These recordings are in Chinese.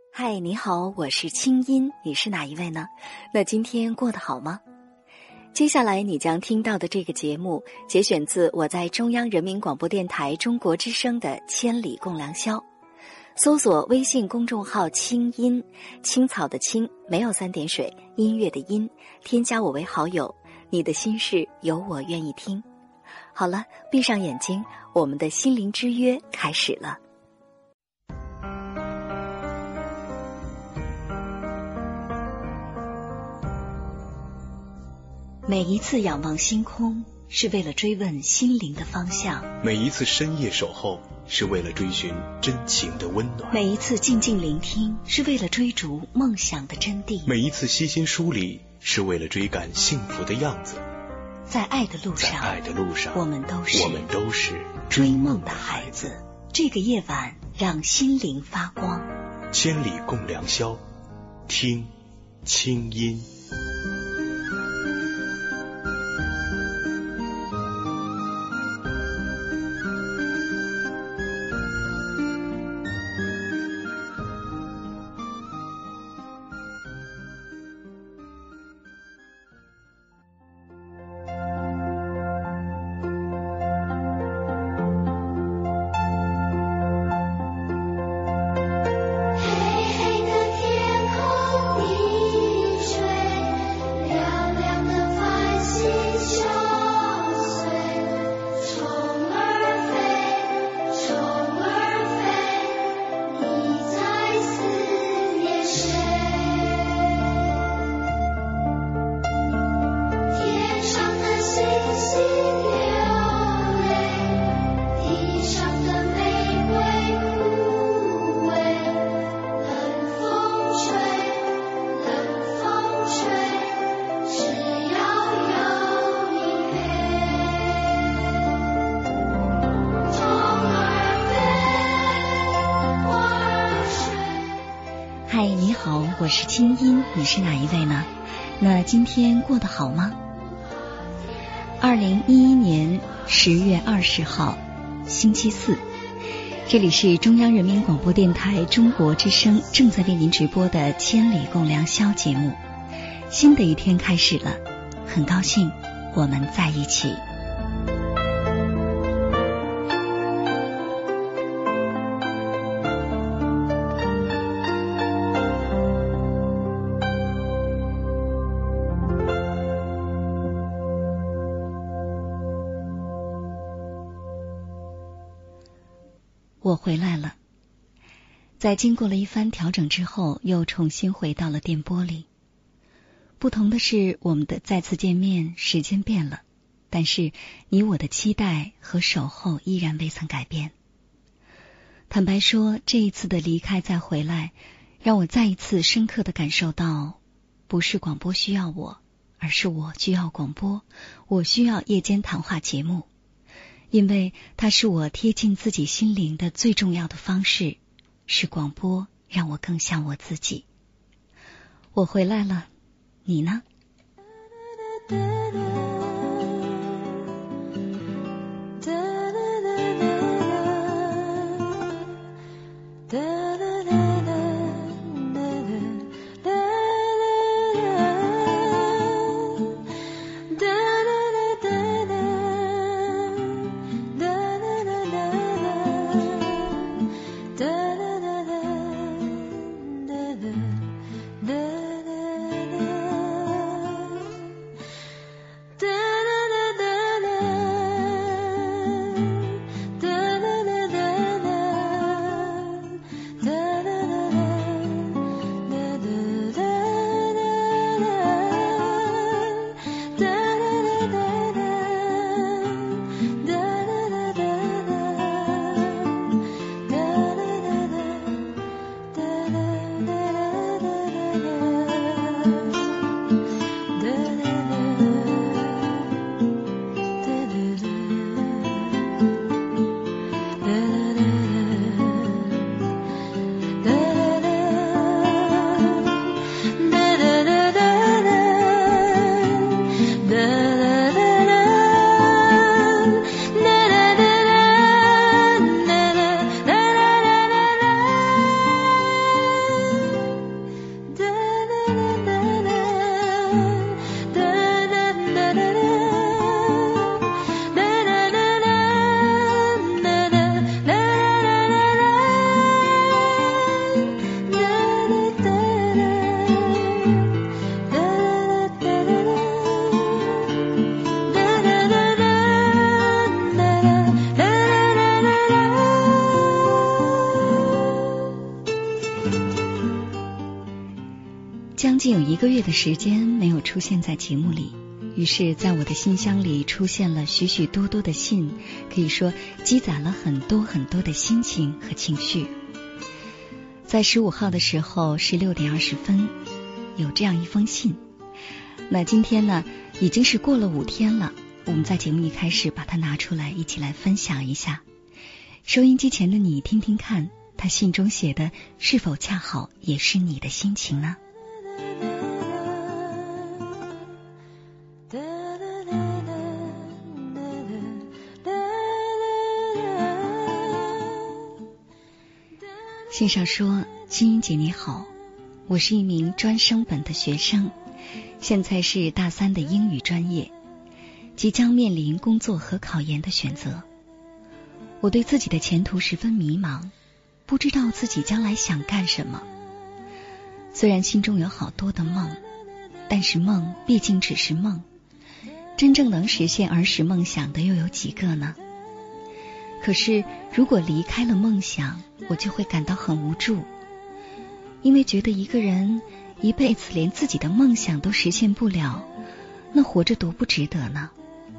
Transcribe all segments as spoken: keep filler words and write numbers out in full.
嗨，你好，我是清音，你是哪一位呢？那今天过得好吗？接下来你将听到的这个节目节选自我在中央人民广播电台中国之声的《千里共良宵》，搜索微信公众号清音，青草的青，没有三点水，音乐的音，添加我为好友，你的心事有我愿意听。好了，闭上眼睛，我们的心灵之约开始了。每一次仰望星空，是为了追问心灵的方向； 每一次深夜守候，是为了追寻真情的温暖； 每一次静静聆听，是为了追逐梦想的真谛； 每一次悉心梳理，是为了追赶幸福的样子。 在爱的路上， 在爱的路上， 我们都是我们都是追梦的孩子。这个夜晚，让心灵发光。 千里共良宵，听清音。 嗨，你好，我是清音，你是哪一位呢？那今天过得好吗？二零一一年十月二十号，星期四，这里是中央人民广播电台中国之声正在为您直播的《千里共良宵》节目。新的一天开始了，很高兴我们在一起。我回来了，在经过了一番调整之后，又重新回到了电波里。不同的是，我们的再次见面时间变了，但是你我的期待和守候依然未曾改变。坦白说，这一次的离开再回来，让我再一次深刻地感受到，不是广播需要我，而是我需要广播，我需要夜间谈话节目。因为它是我贴近自己心灵的最重要的方式，是广播让我更像我自己。我回来了，你呢？ 将近有一个月的时间没有出现在节目里，于是在我的信箱里出现了许许多多的信，可以说积攒了很多很多的心情和情绪。在十五号的时候是六点二十分，有这样一封信。那今天呢，已经是过了五天了，我们在节目一开始把它拿出来，一起来分享一下。收音机前的你听听看，他信中写的是否恰好也是你的心情呢？信上说：青音姐你好，我是一名专升本的学生，现在是大三的英语专业，即将面临工作和考研的选择。我对自己的前途十分迷茫，不知道自己将来想干什么。虽然心中有好多的梦，但是梦毕竟只是梦，真正能实现儿时梦想的又有几个呢？可是如果离开了梦想，我就会感到很无助，因为觉得一个人一辈子连自己的梦想都实现不了，那活着多不值得呢？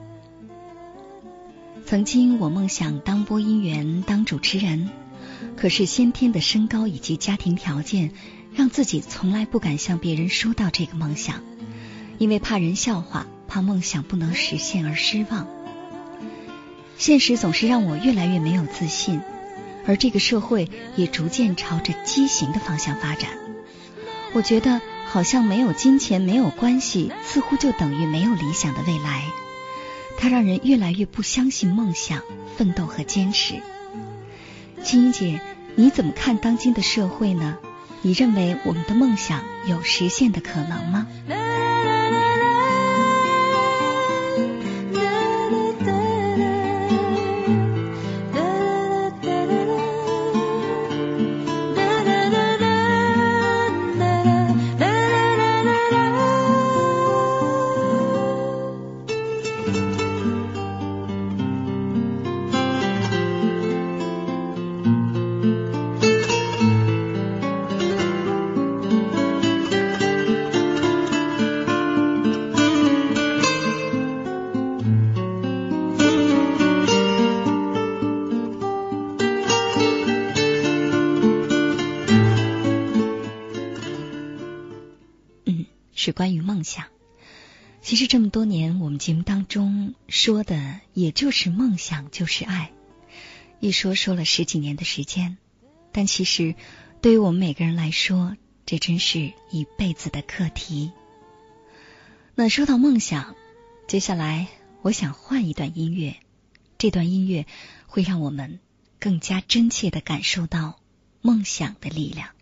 曾经我梦想当播音员，当主持人，可是先天的身高以及家庭条件让自己从来不敢向别人说到这个梦想，因为怕人笑话，怕梦想不能实现而失望。现实总是让我越来越没有自信，而这个社会也逐渐朝着畸形的方向发展。我觉得好像没有金钱，没有关系，似乎就等于没有理想的未来。它让人越来越不相信梦想、奋斗和坚持。青音姐，你怎么看当今的社会呢？你认为我们的梦想有实现的可能吗？是关于梦想。其实这么多年我们节目当中说的也就是梦想就是爱，一说说了十几年的时间，但其实对于我们每个人来说，这真是一辈子的课题。那说到梦想，接下来我想换一段音乐，这段音乐会让我们更加真切地感受到梦想的力量。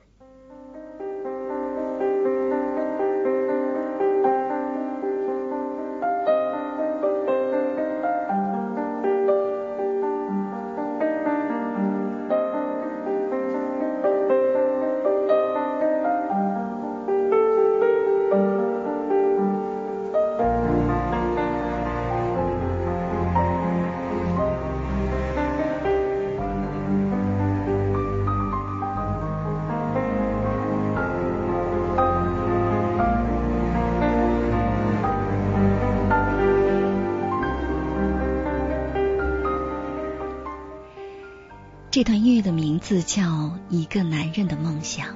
这段音乐的名字叫《一个男人的梦想》。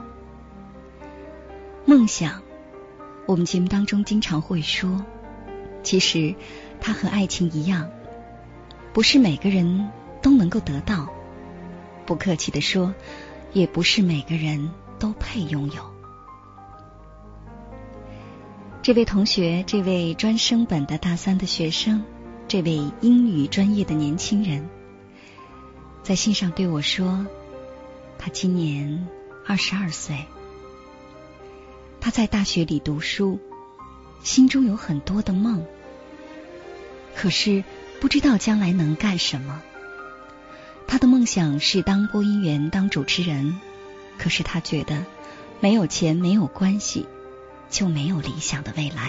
梦想，我们节目当中经常会说，其实它和爱情一样，不是每个人都能够得到，不客气地说，也不是每个人都配拥有。这位同学，这位专升本的大三的学生，这位英语专业的年轻人，在信上对我说，他今年二十二岁，他在大学里读书，心中有很多的梦，可是不知道将来能干什么。他的梦想是当播音员，当主持人，可是他觉得没有钱，没有关系，就没有理想的未来。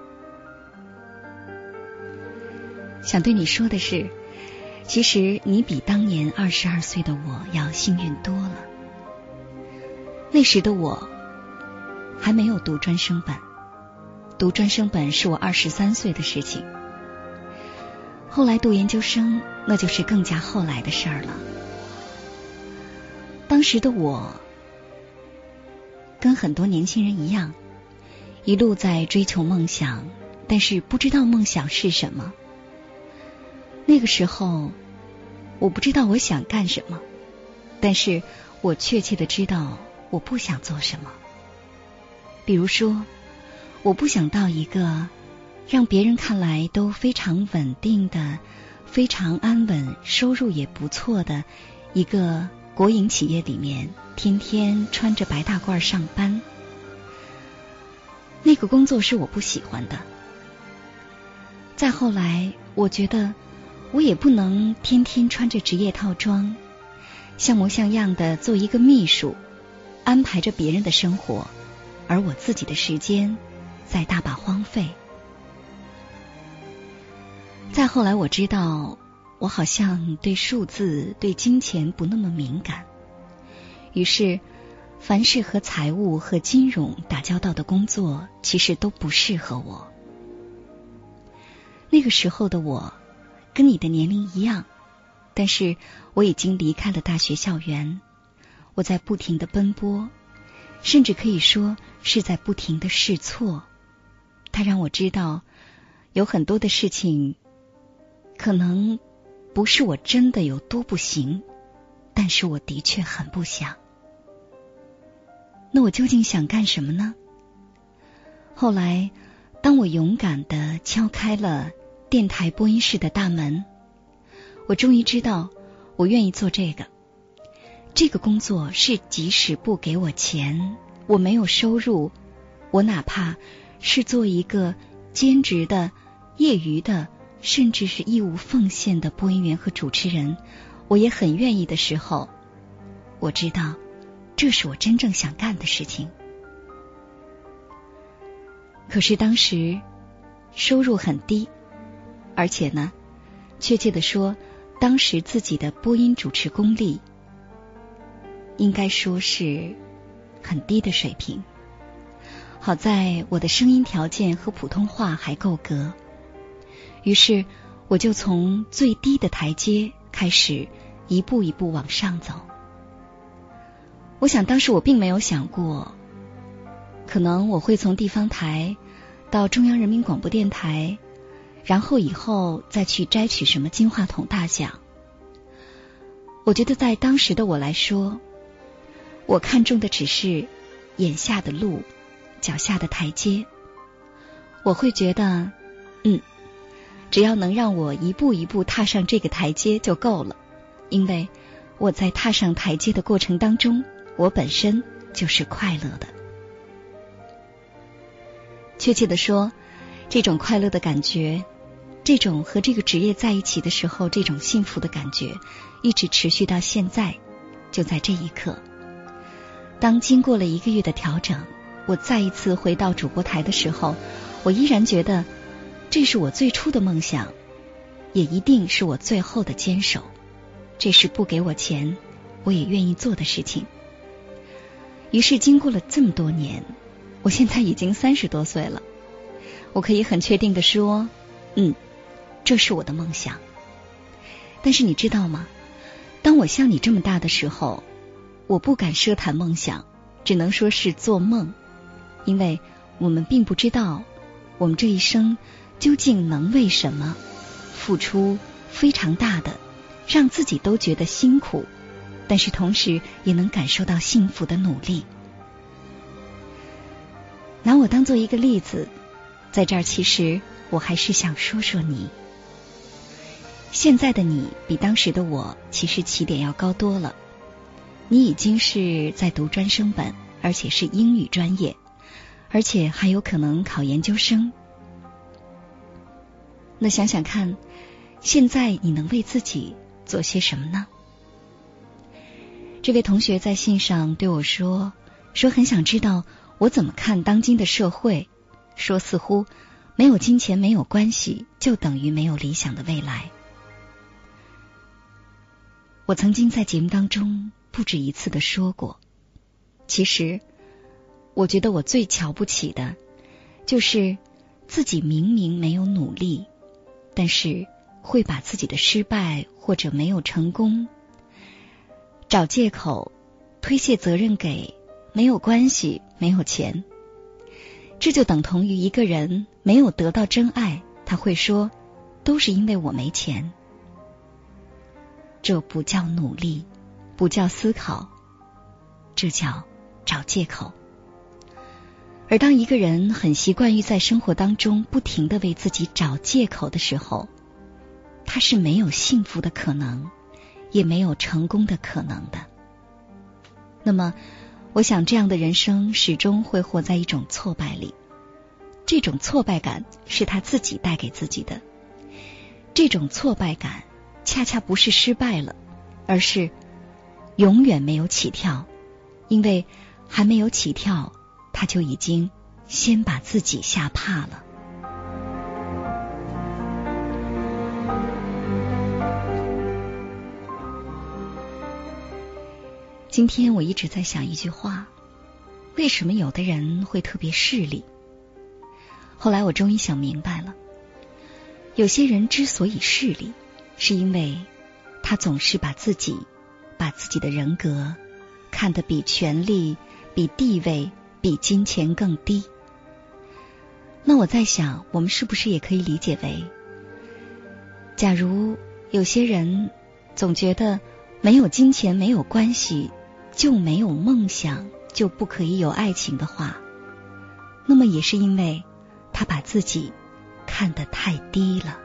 想对你说的是，其实你比当年二十二岁的我要幸运多了。 那时的我还没有读专升本，读专升本是我二十三岁的事情。后来读研究生，那就是更加后来的事儿了。当时的我跟很多年轻人一样，一路在追求梦想，但是不知道梦想是什么。那个时候我不知道我想干什么，但是我确切的知道我不想做什么。比如说，我不想到一个让别人看来都非常稳定的、非常安稳、收入也不错的一个国营企业里面，天天穿着白大褂上班。那个工作是我不喜欢的。再后来，我觉得我也不能天天穿着职业套装，像模像样的做一个秘书，安排着别人的生活，而我自己的时间在大把荒废。再后来我知道，我好像对数字、对金钱不那么敏感，于是凡是和财务和金融打交道的工作，其实都不适合我。那个时候的我跟你的年龄一样，但是我已经离开了大学校园，我在不停地奔波，甚至可以说是在不停地试错。它让我知道，有很多的事情可能不是我真的有多不行，但是我的确很不想。那我究竟想干什么呢？后来，当我勇敢地敲开了电台播音室的大门，我终于知道我愿意做这个。这个工作是即使不给我钱，我没有收入，我哪怕是做一个兼职的、业余的，甚至是义务奉献的播音员和主持人，我也很愿意的时候，我知道这是我真正想干的事情。可是当时收入很低，而且呢，确切的说，当时自己的播音主持功力应该说是很低的水平。好在我的声音条件和普通话还够格，于是我就从最低的台阶开始一步一步往上走。我想当时我并没有想过，可能我会从地方台到中央人民广播电台，然后以后再去摘取什么金话筒大奖。我觉得在当时的我来说，我看重的只是眼下的路，脚下的台阶。我会觉得，嗯，只要能让我一步一步踏上这个台阶就够了，因为我在踏上台阶的过程当中，我本身就是快乐的。确切的说，这种快乐的感觉，这种和这个职业在一起的时候，这种幸福的感觉，一直持续到现在，就在这一刻。当经过了一个月的调整，我再一次回到主播台的时候，我依然觉得这是我最初的梦想，也一定是我最后的坚守。这是不给我钱我也愿意做的事情。于是经过了这么多年，我现在已经三十多岁了，我可以很确定地说，嗯，这是我的梦想。但是你知道吗？当我像你这么大的时候，我不敢奢谈梦想，只能说是做梦，因为我们并不知道我们这一生究竟能为什么付出非常大的，让自己都觉得辛苦，但是同时也能感受到幸福的努力。拿我当做一个例子，在这儿其实我还是想说说你。现在的你比当时的我其实起点要高多了，你已经是在读专升本，而且是英语专业，而且还有可能考研究生。那想想看，现在你能为自己做些什么呢？这位同学在信上对我说，说很想知道我怎么看当今的社会，说似乎没有金钱没有关系，就等于没有理想的未来。我曾经在节目当中不止一次的说过， 其实我觉得我最瞧不起的就是自己明明没有努力，但是会把自己的失败或者没有成功找借口推卸责任给没有关系没有钱。这就等同于一个人没有得到真爱，他会说都是因为我没钱。这不叫努力，不叫思考，这叫找借口。而当一个人很习惯于在生活当中不停地为自己找借口的时候，他是没有幸福的可能，也没有成功的可能的。那么我想这样的人生始终会活在一种挫败里，这种挫败感是他自己带给自己的。这种挫败感恰恰不是失败了，而是永远没有起跳，因为还没有起跳，他就已经先把自己吓怕了。今天我一直在想一句话，为什么有的人会特别势利？后来我终于想明白了，有些人之所以势利，是因为他总是把自己把自己的人格看得比权力比地位比金钱更低。那我在想，我们是不是也可以理解为，假如有些人总觉得没有金钱没有关系就没有梦想，就不可以有爱情的话，那么也是因为他把自己看得太低了。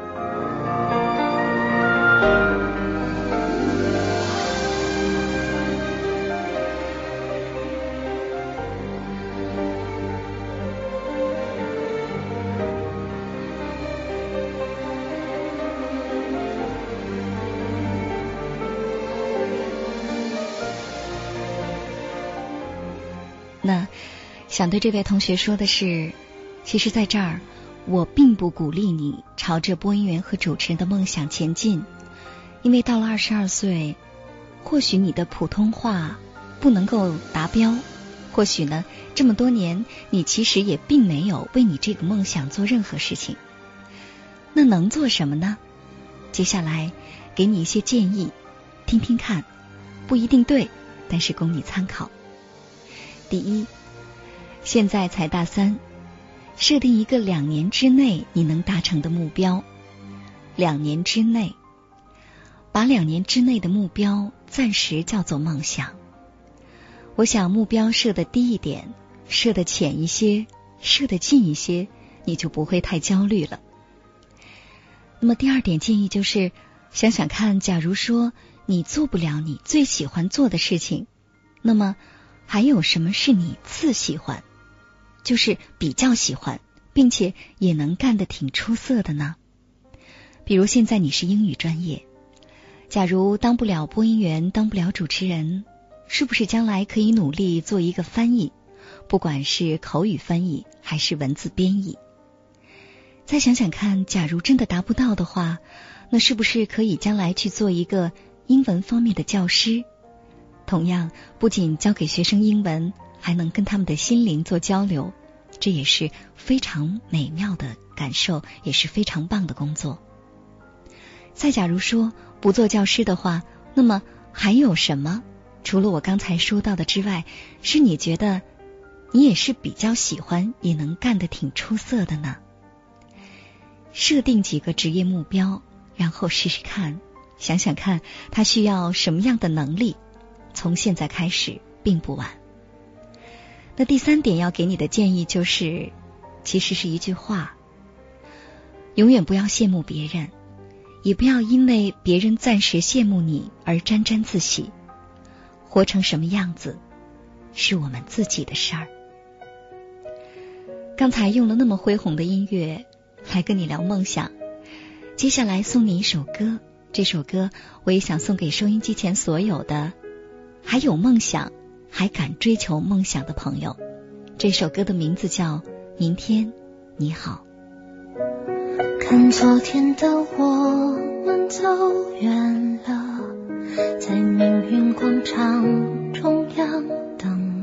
那想对这位同学说的是，其实在这儿我并不鼓励你朝着播音员和主持人的梦想前进，因为到了二十二岁，或许你的普通话不能够达标，或许呢这么多年你其实也并没有为你这个梦想做任何事情。那能做什么呢？接下来给你一些建议，听听看，不一定对，但是供你参考。第一，现在才大三，设定一个两年之内你能达成的目标。两年之内，把两年之内的目标暂时叫做梦想。我想目标设得低一点，设得浅一些，设得近一些，你就不会太焦虑了。那么第二点建议就是，想想看，假如说你做不了你最喜欢做的事情，那么还有什么是你次喜欢，就是比较喜欢，并且也能干得挺出色的呢？比如现在你是英语专业，假如当不了播音员，当不了主持人，是不是将来可以努力做一个翻译，不管是口语翻译还是文字编译？再想想看，假如真的达不到的话，那是不是可以将来去做一个英文方面的教师？同样，不仅教给学生英文，还能跟他们的心灵做交流，这也是非常美妙的感受，也是非常棒的工作。再假如说不做教师的话，那么还有什么除了我刚才说到的之外，是你觉得你也是比较喜欢，也能干得挺出色的呢？设定几个职业目标，然后试试看，想想看他需要什么样的能力，从现在开始并不晚。那第三点要给你的建议就是，其实是一句话，永远不要羡慕别人，也不要因为别人暂时羡慕你而沾沾自喜。活成什么样子是我们自己的事儿。刚才用了那么恢宏的音乐来跟你聊梦想，接下来送你一首歌，这首歌我也想送给收音机前所有的还有梦想还敢追求梦想的朋友。这首歌的名字叫《明天你好》。 看昨天的我们走远了，在命运广场中央等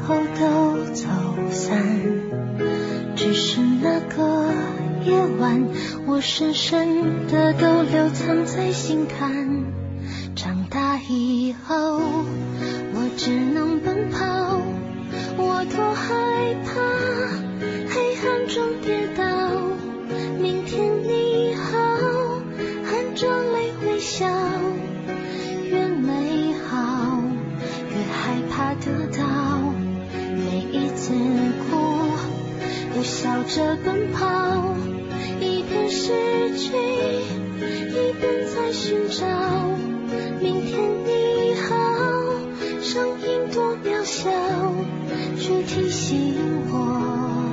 后都走散，只是那个夜晚，我深深的都留藏在心坎。长大以后，我只能奔跑，我多害怕黑暗中跌倒。明天你好，含着泪微笑，越美好越害怕得到。每一次哭又笑着奔跑，一边失去一边在寻找。明天你好，声音多渺小，却提醒我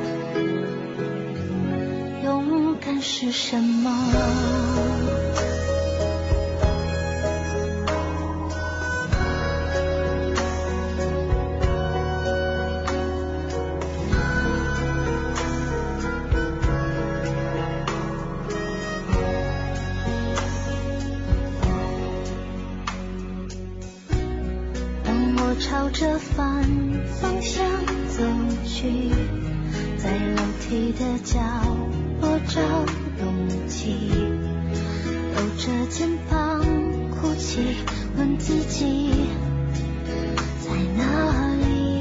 勇敢是什么。朝着反方向走去，在楼梯的角落找勇气，抖着肩膀哭泣，问自己在哪里。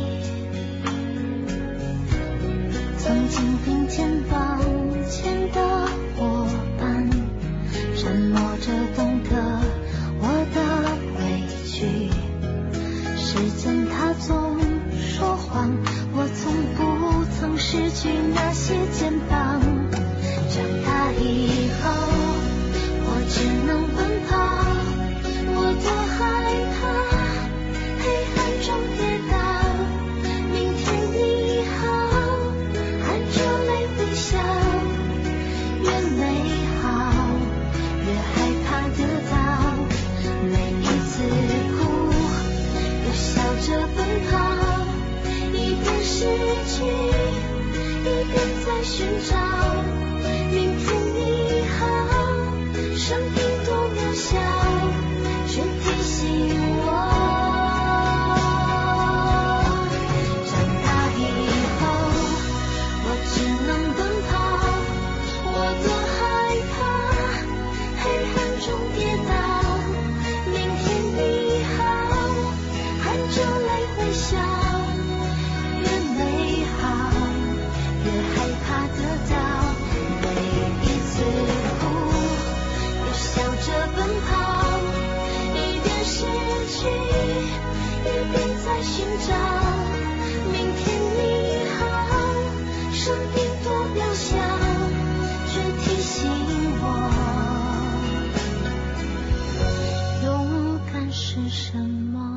曾经并肩往前的伙伴，沉默着懂得我的委屈。时间它总说谎，我从不曾失去那些肩膀。长大以后，我只能奔跑，我多害怕黑暗中跌倒。明天你好，含着泪微笑，越美好越害怕得到。每一次哭笑着奔跑，一边失去一边在寻找。明天你好，声音多渺小，却提醒我长大以后，我只能奔跑，我多害怕黑暗中跌倒。明天你好，含着泪微笑，越美好越害怕得到。每一次哭又笑着奔跑，一边失去一边在寻找。明天你好，生命多渺小，却提醒我勇敢是什么。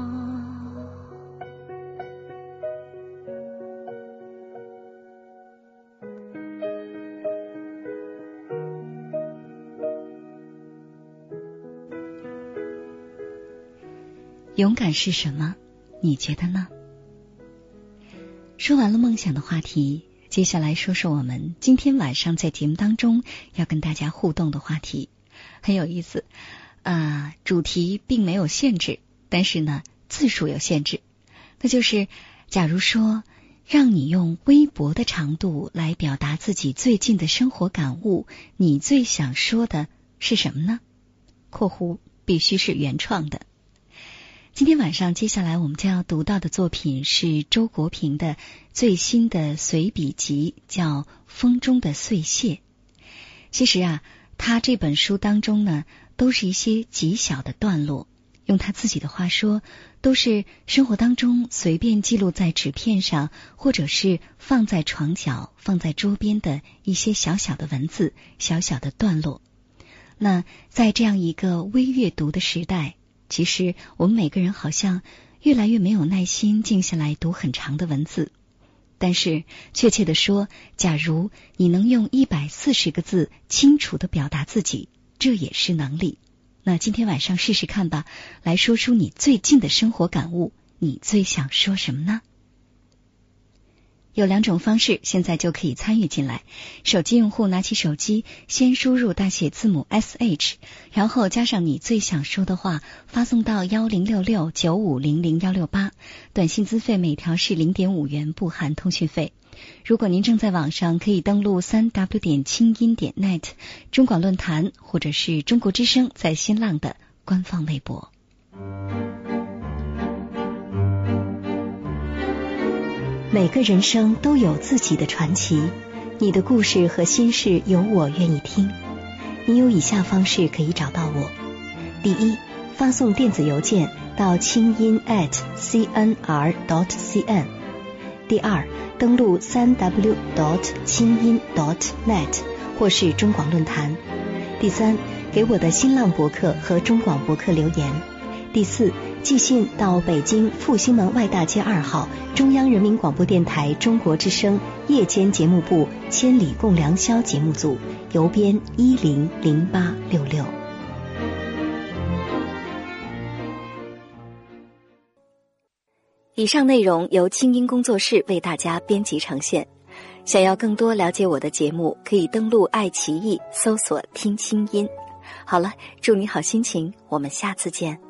勇敢是什么？你觉得呢？说完了梦想的话题，接下来说说我们今天晚上在节目当中要跟大家互动的话题，很有意思。呃，主题并没有限制，但是呢，字数有限制。那就是，假如说让你用微博的长度来表达自己最近的生活感悟，你最想说的是什么呢？括弧必须是原创的。今天晚上接下来我们将要读到的作品是周国平的最新的随笔集，叫《风中的碎屑》。其实啊，他这本书当中呢，都是一些极小的段落，用他自己的话说，都是生活当中随便记录在纸片上，或者是放在床角、放在桌边的一些小小的文字、小小的段落。那在这样一个微阅读的时代，其实我们每个人好像越来越没有耐心静下来读很长的文字，但是确切的说，假如你能用一百四十个字清楚的表达自己，这也是能力。那今天晚上试试看吧，来说出你最近的生活感悟，你最想说什么呢？ 有两种方式，现在就可以参与进来。手机用户拿起手机，先输入大写字母 S H， 然后加上你最想说的话，发送到一零六六九五零零一六八，短信资费每条是 零点五元，不含通讯费。如果您正在网上，可以登录 三 w 点清音点 net 中广论坛，或者是中国之声在新浪的官方微博。每个人生都有自己的传奇，你的故事和心事有我愿意听。你有以下方式可以找到我：第一，发送电子邮件到清音 at c n r dot c n； 第二，登录 三 w dot 清音 dot net 或是中广论坛；第三，给我的新浪博客和中广博客留言；第四，寄信到北京复兴门外大街二号中央人民广播电台中国之声夜间节目部千里共良宵节目组，邮编一零零八六六。以上内容由清音工作室为大家编辑呈现。想要更多了解我的节目，可以登录爱奇艺搜索听清音。好了，祝你好心情，我们下次见。